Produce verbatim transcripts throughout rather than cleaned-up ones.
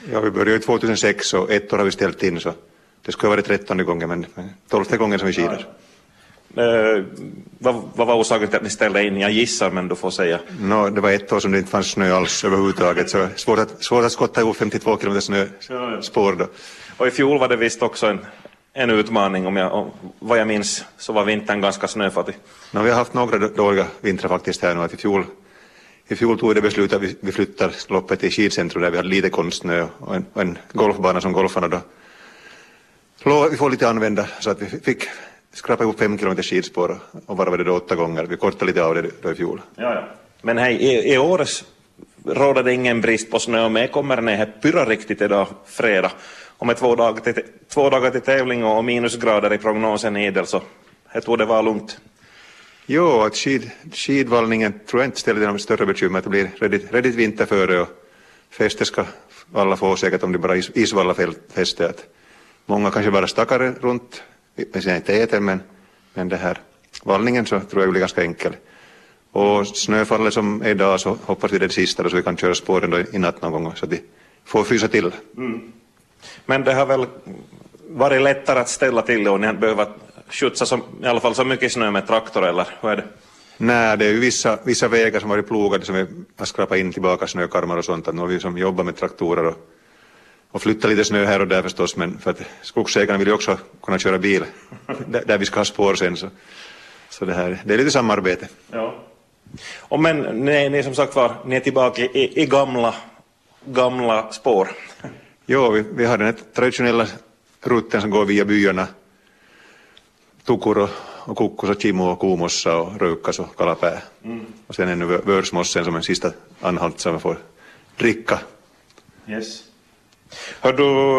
Ja, vi började ju tjugohundrasex och ett år har vi ställt in, så det skulle ha varit trettonde gången, men tolfte gången som vi skidar. Ja. Uh, vad, vad var orsaken till att ni ställde in? Jag gissar, men du får säga. No, det var ett år som det inte fanns snö alls överhuvudtaget, så svårt att, svårt att skotta ihop femtiotvå kilometer snöspår då. Och i fjol var det visst också en, en utmaning, om jag, om, vad jag minns så var vintern ganska snöfattig. No, vi har haft några dåliga vintrar faktiskt här nu, att i fjol I fjol tog det beslut att vi, vi flyttar loppet till skidcentrum där vi hade lite konstsnö och en, och en golfbana som golfarna då lovade vi får lite använda, så att vi fick skrapa ihop fem kilometer skidspår och bara var det då åtta gånger. Vi kortade lite av det då i fjol. Ja, ja. Men hej, i, i årets råder det ingen brist på snö, och med kommer ner här pyra riktigt idag fredag. Om ett två dagar till, två dagar till tävling och minusgrader i prognosen idel, så det tog det vara lugnt. Jo, att skid, skidvallningen tror jag inte ställer till något större bekymmer. Att det blir redigt, redigt vinter före, och fäste ska alla få säkert om det bara is, isvallafäste. Att många kanske bara stackar runt med sina täter, men, men det här vallningen så tror jag blir ganska enkel. Och snöfallet som är idag, så hoppas vi det sista då, så vi kan köra spåren då i natt någon gång, så att de får frysa till. Mm. Men det har väl varit lättare att ställa till det, och ni behöver skjutsa som, i alla fall så mycket snö med traktor, eller hur är det? Nej, det är ju vissa, vissa vägar som har varit plogade som vi har skrapat in tillbaka snökarmar och sånt. Att nu har vi som jobbar med traktorer och, och flyttar lite snö här och där förstås, men för att skogsägarna vill ju också kunna köra bil där, där vi ska ha spår sen, så, så det här, det är lite samarbete. Ja. Och men ni, ni som sagt var, ni är tillbaka i, i gamla, gamla spår. Jo, vi, vi har den här traditionella rutten som går via byarna Tukuro och Kukkos och Kimo och Kuumossa och Röykkas och Kalapää. Mm. Och sen ännu Vörsmossen som en sista anhalt som man får dricka. Yes. Har du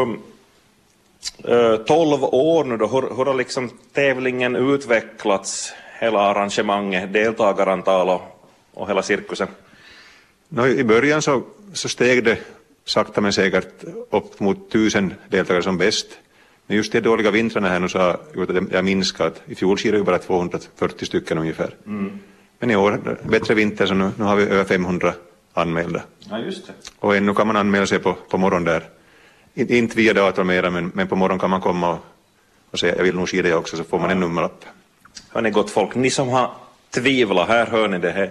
äh, tolv år nu då, hur, hur har liksom tävlingen utvecklats, hela arrangemanget, deltagarantal och, och hela cirkusen? No, i början så, så steg det sakta men säkert upp mot tusen deltagare som bäst. Men just de dåliga vintrarna här nu så har gjort att det har minskat. I fjol skidade vi bara tvåhundrafyrtio stycken ungefär. Mm. Men i år, bättre vinter, så nu, nu har vi över femhundra anmälda. Ja, just det. Och ännu kan man anmäla sig på, på morgon där. In, inte via dator mera, men, men på morgon kan man komma och, och säga jag vill nog skida jag också, så får man en nummerlapp. Hör ni gott folk, ni som har tvivlat, här hör ni det här.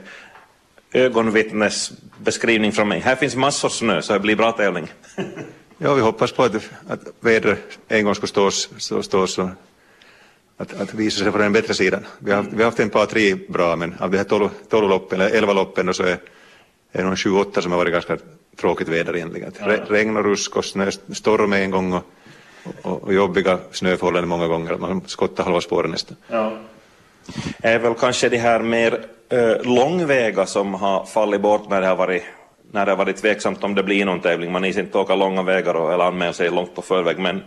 Ögonvittnes beskrivning från mig. Här finns massor snö, så det blir bra tävling. Ja, vi hoppas på att, att vädret en gång ska stå, stå, stå så att, att visa sig på den bättre sidan. Vi har, vi har haft en par tre bra, men av de här tolv, tolv loppen, eller elva loppen, så är det nog sju åtta som har varit ganska tråkigt väder egentligen. Re, regn och rusk och snö, storm en gång och, och, och jobbiga snöförhållanden många gånger. Man skottar halva spåren nästan. Ja. Är väl kanske de här mer äh, långväga som har fallit bort när det har varit när det har varit tveksamt om det blir någon tävling. Man är inte åka långa vägar och, eller anmäla sig långt på förväg. Men,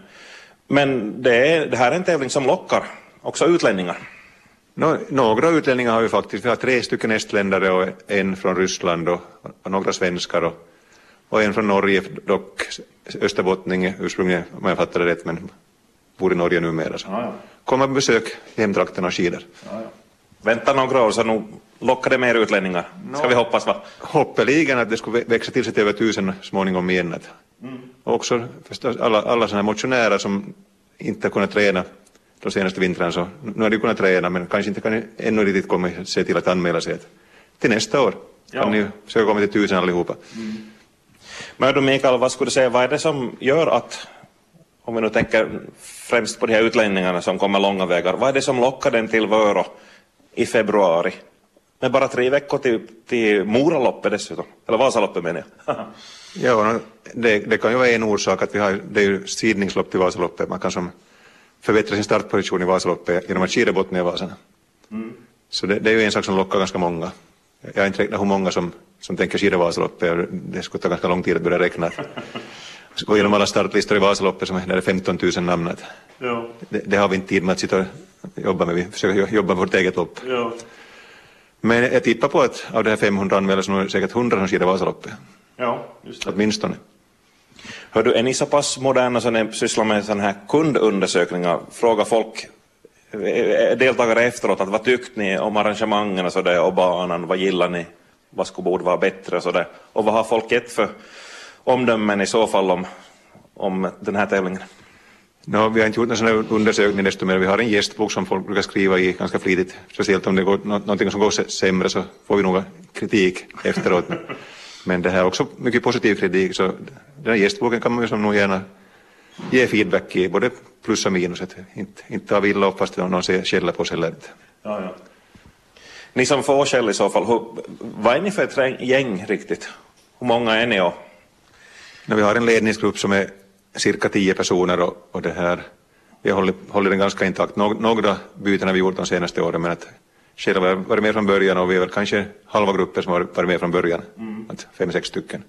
men det, är, det här är en tävling som lockar också utlänningar. No, några utlänningar har vi faktiskt. Vi har tre stycken estländare och en från Ryssland och, och några svenskar och, och en från Norge, dock österbottning ursprungligen, om jag fattar det rätt, men bor i Norge numera. Så. Ja, ja. Kommer på besök i hemtrakten och skidor. Ja, ja. Vänta några år så nog lockar det mer utlänningar. Ska no, vi hoppas, va? Hoppeligen att det skulle växa till sig till över tusen småningom igen. Mm. Och också förstås alla, alla sådana här motionärer som inte kunnat träna de senaste vintrarna, så nu har de kunnat träna, men kanske inte kan ännu riktigt komma se till att anmäla sig till nästa år. Ja. Kan ni försöka komma till tusen allihopa. Mm. Men då Mikael, vad skulle du säga, vad är det som gör att, om vi nu tänker främst på de här utlänningarna som kommer långa vägar, vad är det som lockar den till Vörå i februari? Med bara tre veckor till, till Moraloppet dessutom. Eller Vasaloppet menar jag. Ja, det, det kan ju vara en orsak att vi har, det är ju sidningslopp till Vasaloppet. Man kan som förbättra sin startposition i Vasaloppet genom att skida botten i Vasarna. Mm. Så det, det är ju en sak som lockar ganska många. Jag har inte räknat hur många som, som tänker skida Vasaloppet. Det skulle ta ganska lång tid att börja räkna. Gå igenom alla startlistor i Vasaloppet som är, där är femton tusen namn. Ja. Det, det har vi inte tid med att sitta och jobba med. Vi försöker jobba med vårt eget lopp. Ja. Men jag tippar på att av de här femhundra anmälda så är det säkert hundra som skidar Vasaloppet. Ja, just det. Åtminstone. Hör du, är ni så pass moderna som ni sysslar med sådana här kundundersökningar? Fråga folk, deltagare efteråt, att vad tyckte ni om arrangemangen och, så där, och banan? Vad gillar ni? Vad skulle borde vara bättre? Och, så där. Och vad har folk gett för omdömen i så fall om, om den här tävlingen? No, vi har inte gjort någon sån här undersökning desto mer. Vi har en gästbok som folk brukar skriva i ganska flitigt. Speciellt om det går nå- någonting som går sämre så får vi nog kritik efteråt. Men det här är också mycket positiv kritik, så den här gästboken kan man ju som nog gärna ge feedback i, både plus och minus. Inte, inte av illa upp fast någon ser skälla på sig eller inte. Ja, ja. Ni som får skäll i så fall, hur, vad är ni för ett gäng riktigt? Hur många är ni? Och? No, vi har en ledningsgrupp som är cirka tio personer och, och det här, vi har hållit, hållit den ganska intakt. Nå, några byten har vi gjort de senaste åren, men att själva har varit med från början och vi är väl kanske halva grupper som har varit med från början, mm. att fem, sex stycken.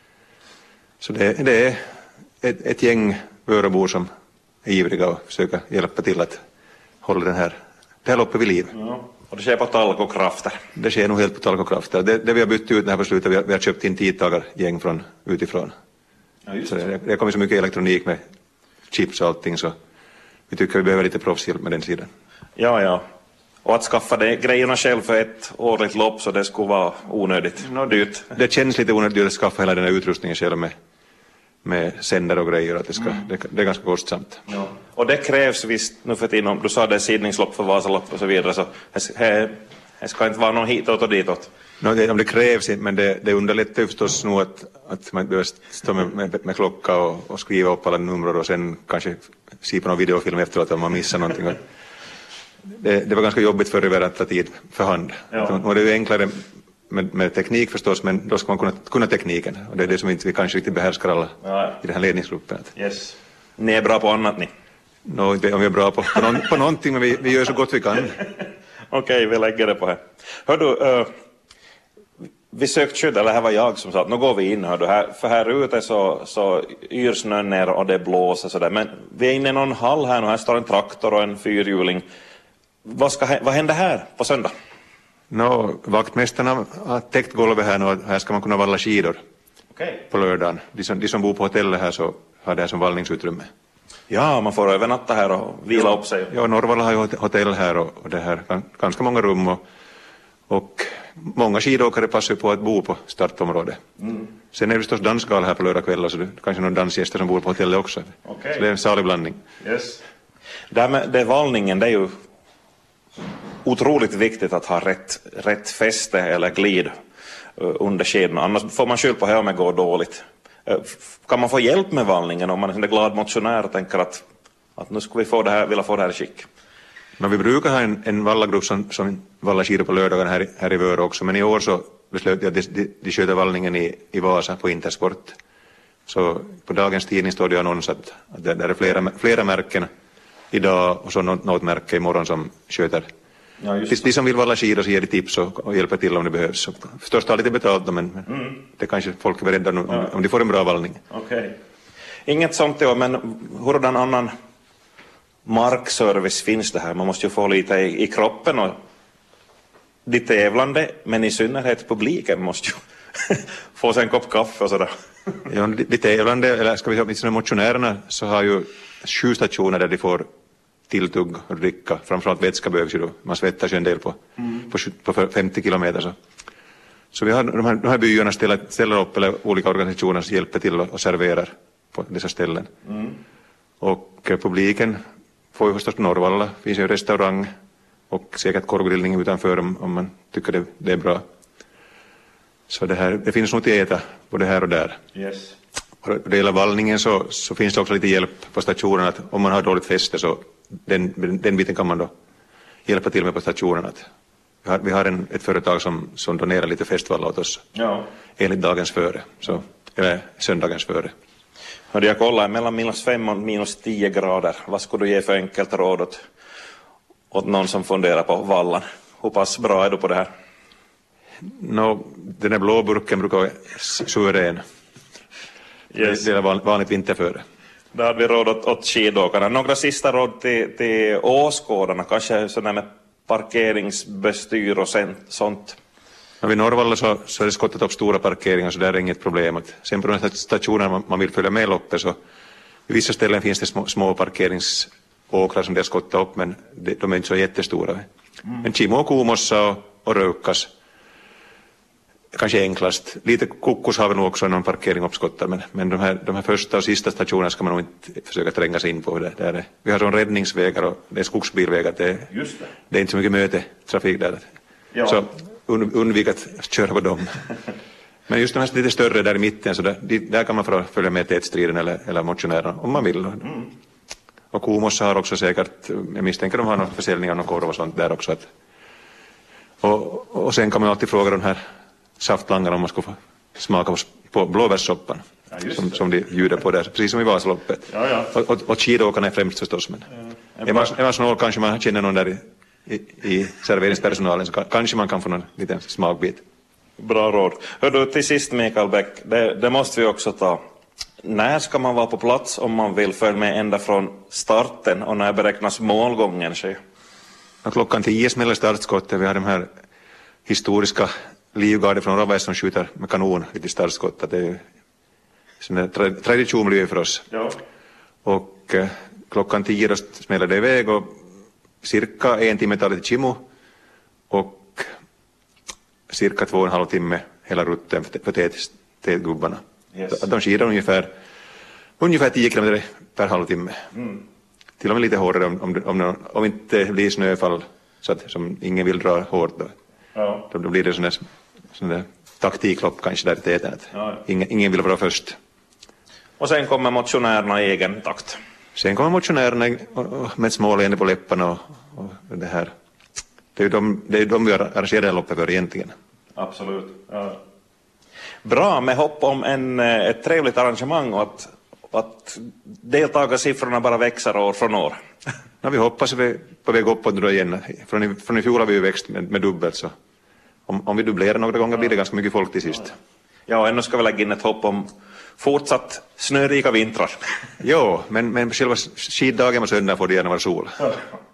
Så det, det är ett, ett gäng Vöröbor som är ivriga och försöker hjälpa till att hålla den här, det här loppet vid liv. Ja. Och det sker på talkokrafter? Det sker nog helt på talkokrafter. Det, det vi har bytt ut det här på slutet, vi har, vi har köpt in tidtagargäng från utifrån. Ja, just det. Så det, det kommer så mycket elektronik med chips och allting, så vi tycker vi behöver lite proffshjälp med den sidan. Ja, ja. Och att skaffa det, grejerna själv för ett årligt lopp, så det skulle vara onödigt no, dyrt. Det känns lite onödigt att skaffa hela den här utrustningen själv med, med sändare och grejer. Att det, ska, mm. det, det är ganska kostsamt. Ja. Och det krävs visst nu för tiden, om du sa det är sidningslopp för Vasalopp och så vidare, så det, det ska inte vara någon hitåt och ditåt. No, det, det krävs inte, men det, det underlättar ju förstås nog att, att man behöver stå med, med, med klocka och, och skriva upp alla nummer och sen kanske se på någon videofilm efteråt om man missar någonting. Det, det var ganska jobbigt förr i världen att ta tid för hand. Ja. Och det är ju enklare med, med teknik förstås, men då ska man kunna, kunna tekniken. Och det är det som inte vi kanske riktigt behärskar alla ja. i den här ledningsgruppen. Yes. Ni är bra på annat ni? No, inte om vi är bra på, på, någon, på någonting, men vi, vi gör så gott vi kan. Okej, okay, vi lägger det på här. Hör du, uh, vi sökte skydd, eller här var jag som sa att nu går vi in, hör du, här, för här ute så, så yr snön ner och det blåser sådär. Men vi är inne i någon hall här nu, här står en traktor och en fyrhjuling. Vad, ska, vad händer här på söndag? No, vaktmästarna har täckt golvet här nu och här ska man kunna valla skidor okay. på lördagen. De som, de som bor på hotellet här så har det här som vallningsutrymme. Ja, man får övernatta här och vila ja. upp sig. Ja, Norrvalla har ju hotell här och, och det här, ganska många rum och, och många skidåkare passar på att bo på startområdet. Mm. Sen är det förstås dansgal här på lördag kväll, så det kanske någon dansgäster som bor på hotellet också. Okay. Så det är en salig blandning. Yes. Det här med det vallningen, det är ju otroligt viktigt att ha rätt, rätt fäste eller glid under skidorna. Annars får man skylla på här om det går dåligt. Kan man få hjälp med vallningen om man är en glad motionär och tänker att, att nu ska vi få det här, vilja få det här i skick? Men vi brukar ha en, en vallagrupp som, som vallar skidor på lördagen här, här i Vörö också, men i år så beslöt jag att de, de, de sköter vallningen i, i Vasa på Intersport. Så på dagens tidning står det annons att, att det, där är flera, flera märken idag och så något, något märke imorgon som sköter. Ja, de, de som vill valla skidor så ger de tips och, och hjälper till om det behövs. Så förstås tar lite betalt men mm. det kanske folk är beredda om, ja. om de får en bra vallning. Okej. Okay. Inget sånt i år, men hurdan annan markservice finns det här? Man måste ju få lite i, i kroppen och de tävlande, men i synnerhet publiken måste ju få sig en kopp kaffe och sådär. Ja, de, de tävlande, eller ska vi säga motionärerna, så har ju sju stationer där de får tilltugg och dricka. Framförallt vätska behövs ju då. Man svettar sig en del på, mm. på, på femtio kilometer. Så, så vi har de här, de här byarna ställer, ställer upp, eller olika organisationer som hjälper till och, och serverar på dessa ställen. Mm. Och eh, publiken får ju förstås Norrvalla. Det finns ju en restaurang och säkert korvgrillning utanför om, om man tycker det, det är bra. Så det, här, det finns nog att äta både här och där. Yes. Och det gäller vallningen så, så finns det också lite hjälp på stationen att om man har dåligt fäste så den, den biten kan man då hjälpa till med på stationen. Att vi har, vi har en, ett företag som, som donerar lite fästvalla åt oss ja. enligt dagens före, så, eller söndagens före. Hörde jag kolla mellan minus fem och minus tio grader. Vad skulle du ge för enkelt råd åt, åt någon som funderar på vallan? Hur pass bra är du på det här? No, den här blå burken brukar suverän. Yes. Det är vanligt vinterföre. Då hade vi råd åt, åt skidåkarna. Några sista råd till, till åskådarna, kanske sådana med parkeringsbestyr och sånt. Ja, vid Norrvalla så, så är det skottat upp stora parkeringar, så där är inget problem. Att sen på de här stationerna man, man vill följa med loppet, så i vissa ställen finns det små, små parkeringsåkrar som det är skottat upp, men de, de är inte så jättestora. Mm. Men Kimo, Kuumossa och, och Röukas kanske enklast. Lite kokos har vi nog också någon parkering uppskottad, men, men de, här, de här första och sista stationerna ska man nog inte försöka tränga sig in på. Det, det är det. Vi har sån räddningsvägar och det är skogsbilvägar. Det, Just det. det är inte så mycket mötetrafik där. Ja. Så un, undvik att köra på dem. Men just de här lite större där i mitten, så där, där kan man få följa med tätstriden eller, eller motionären om man vill. Mm. Och Komossa har också säkert, jag misstänker de har någon försäljning av någon korv och sånt där också. Att, och, och sen kan man alltid fråga de här saftlangarna om man ska få smaka på blåbärssoppan. Ja, som, som de bjuder på där, precis som i Vasaloppet. Ja, ja. Och, och, och skidåkarna är främst förstås. Men ja, är, man, är man snål kanske man känner någon där i, i, i serveringspersonalen, så kan, kanske man kan få någon liten smakbit. Bra råd. Hör du, till sist Mikael Bäck, det, det måste vi också ta. När ska man vara på plats om man vill följa med ända från starten, och när beräknas målgången ske? Klockan tio smäller startskottet. Vi har de här historiska livgardet från Rovais som skjuter med kanon lite startskottet. Det är ju en tra- tradition blir för oss. Ja. Och eh, klockan tio då smäller det iväg och cirka en timme tar det till Kimo och cirka två och en halv timme hela rutten för, för tätgubbarna. Yes. De skidar ungefär, ungefär tio kilometer per halvtimme. Mm. Till och med lite hårdare om, om, om, om inte blir snöfall så att som ingen vill dra hårt då. Ja. Då, då blir det sån där, sån där taktiklopp kanske där i täten. Ja. Ingen, ingen vill vara först. Och sen kommer motionärerna i egen takt. Sen kommer motionärerna med ett småleende på läpparna och, och det här. Det är ju de, det är de vi arrangerar loppet för egentligen. Absolut. Ja. Bra, med hopp om en, ett trevligt arrangemang och att, att deltagarsiffrorna bara växer år från år. Ja, vi hoppas att vi är på väg uppåt då igen. Från i, från i fjol har vi ju växt med, med dubbelt, så om, om vi dubblerar några gånger blir det ganska mycket folk till sist. Ja, och ännu ska vi lägga in ett hopp om fortsatt snörika vintrar. Jo, men, men själva skiddagen och söndagen får det gärna vara sol.